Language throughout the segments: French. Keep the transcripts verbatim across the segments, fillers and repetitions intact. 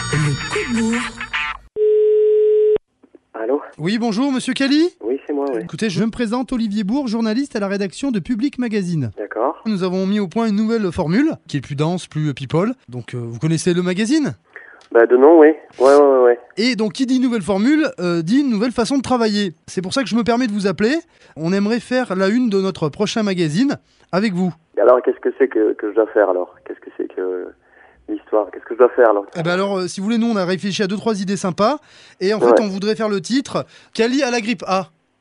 Le coup de bourre. Allô ? Oui, bonjour, monsieur Cali ? Oui, c'est moi, oui. Écoutez, je me présente Olivier Bourg, journaliste à la rédaction de Public Magazine. D'accord. Nous avons mis au point une nouvelle formule, qui est plus dense, plus people. Donc, euh, vous connaissez le magazine ? Bah, de nom, oui. Ouais, ouais, ouais, ouais. Et donc, qui dit nouvelle formule, euh, dit une nouvelle façon de travailler. C'est pour ça que je me permets de vous appeler. On aimerait faire la une de notre prochain magazine avec vous. Alors, qu'est-ce que c'est que, que je dois faire, alors ? Qu'est-ce que c'est que l'histoire ? Qu'est-ce que je dois faire, alors ? Eh ben alors, euh, si vous voulez, nous, on a réfléchi à deux, trois idées sympas. Et en fait, Ouais. on voudrait faire le titre « Cali à la grippe A ».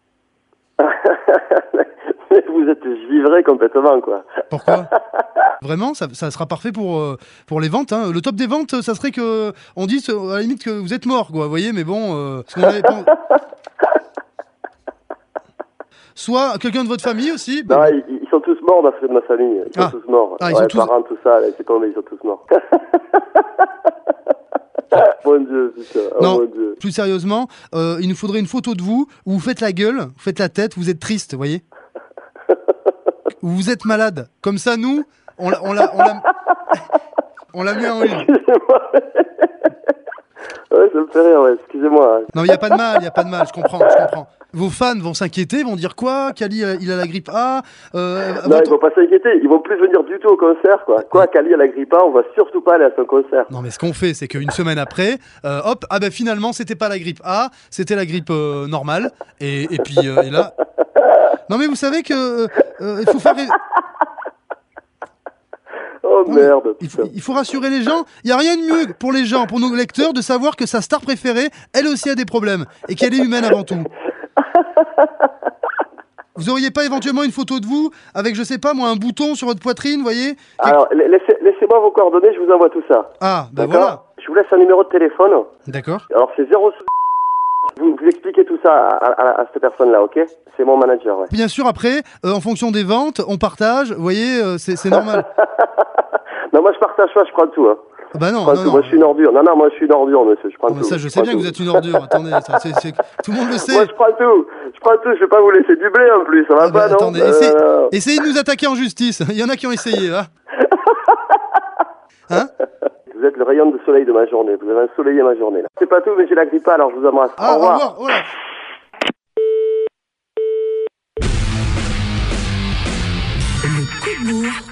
Vous êtes givré complètement, quoi. Pourquoi ? Vraiment, ça, ça sera parfait pour, euh, pour les ventes. Hein. Le top des ventes, ça serait que on dise à la limite que vous êtes mort, quoi. Vous voyez, mais bon, euh, parce qu'on avait pas... Soit quelqu'un de votre famille aussi. Non, ils, ils sont tous morts dans de ma famille. Ils sont Ah. tous morts. Ah, ils ouais, sont tous- parents, tout ça, là, c'est tombé, ils sont tous morts. Mon Dieu, putain. Oh, Non. mon Dieu. Plus sérieusement, euh, il nous faudrait une photo de vous où vous faites la gueule, vous faites la tête, vous êtes triste, vous voyez. Où vous êtes malade. Comme ça, nous, on la, on la, on la, on la met en ligne. Excusez-moi. Ouais, ça me fait rire, ouais. Excusez-moi. Non, il n'y a pas de mal, il n'y a pas de mal, je comprends, je comprends. Vos fans vont s'inquiéter, vont dire quoi ? Cali, euh, il a la grippe A euh, Non, votre- ils vont pas s'inquiéter. Ils vont plus venir du tout au concert, quoi. Quoi, Cali à la grippe A, on va surtout pas aller à son concert. Non, mais ce qu'on fait, c'est qu'une semaine après, euh, hop, ah ben finalement, c'était pas la grippe A, c'était la grippe euh, normale. Et, et puis, euh, et là... Non, mais vous savez que euh, euh, il faut faire... Oh Non, mais merde. Il faut, putain. il faut rassurer les gens. Il n'y a rien de mieux pour les gens, pour nos lecteurs, de savoir que sa star préférée, elle aussi a des problèmes. Et qu'elle est humaine avant tout. Vous auriez pas éventuellement une photo de vous avec, je sais pas moi, un bouton sur votre poitrine, vous voyez ? Quelque- Alors, la- laissez- laissez-moi vos coordonnées, je vous envoie tout ça. Ah, bah D'accord voilà. Je vous laisse un numéro de téléphone. D'accord. Alors, c'est zéro. Vous, vous expliquez tout ça à, à- à cette personne-là, ok ? C'est mon manager, ouais. Bien sûr, après, euh, en fonction des ventes, on partage, vous voyez, euh, c'est c'est normal. Non, moi, je partage pas, je prends tout, hein. Ah bah non, Je prends non, tout. non. Moi, je suis une ordure. Non, non, moi, je suis une ordure, monsieur. Je prends Ah bah tout. ça, je sais prends bien que tout. vous êtes une ordure. Attendez, ça, c'est- c'est- tout le monde le sait. Moi, je prends tout. Je prends tout. Je vais pas vous laisser du blé, en plus. Ça va Ah bah, pas, non attendez, Euh, essayez, non. essayez de nous attaquer en justice. Il y en a qui ont essayé, hein. Hein ? Vous êtes le rayon de soleil de ma journée. Vous avez ensoleillé ma journée, là. C'est pas tout, mais j'ai la grippe, alors je vous embrasse. Ah, au revoir. au revoir. Oh là. Le coup de bourre.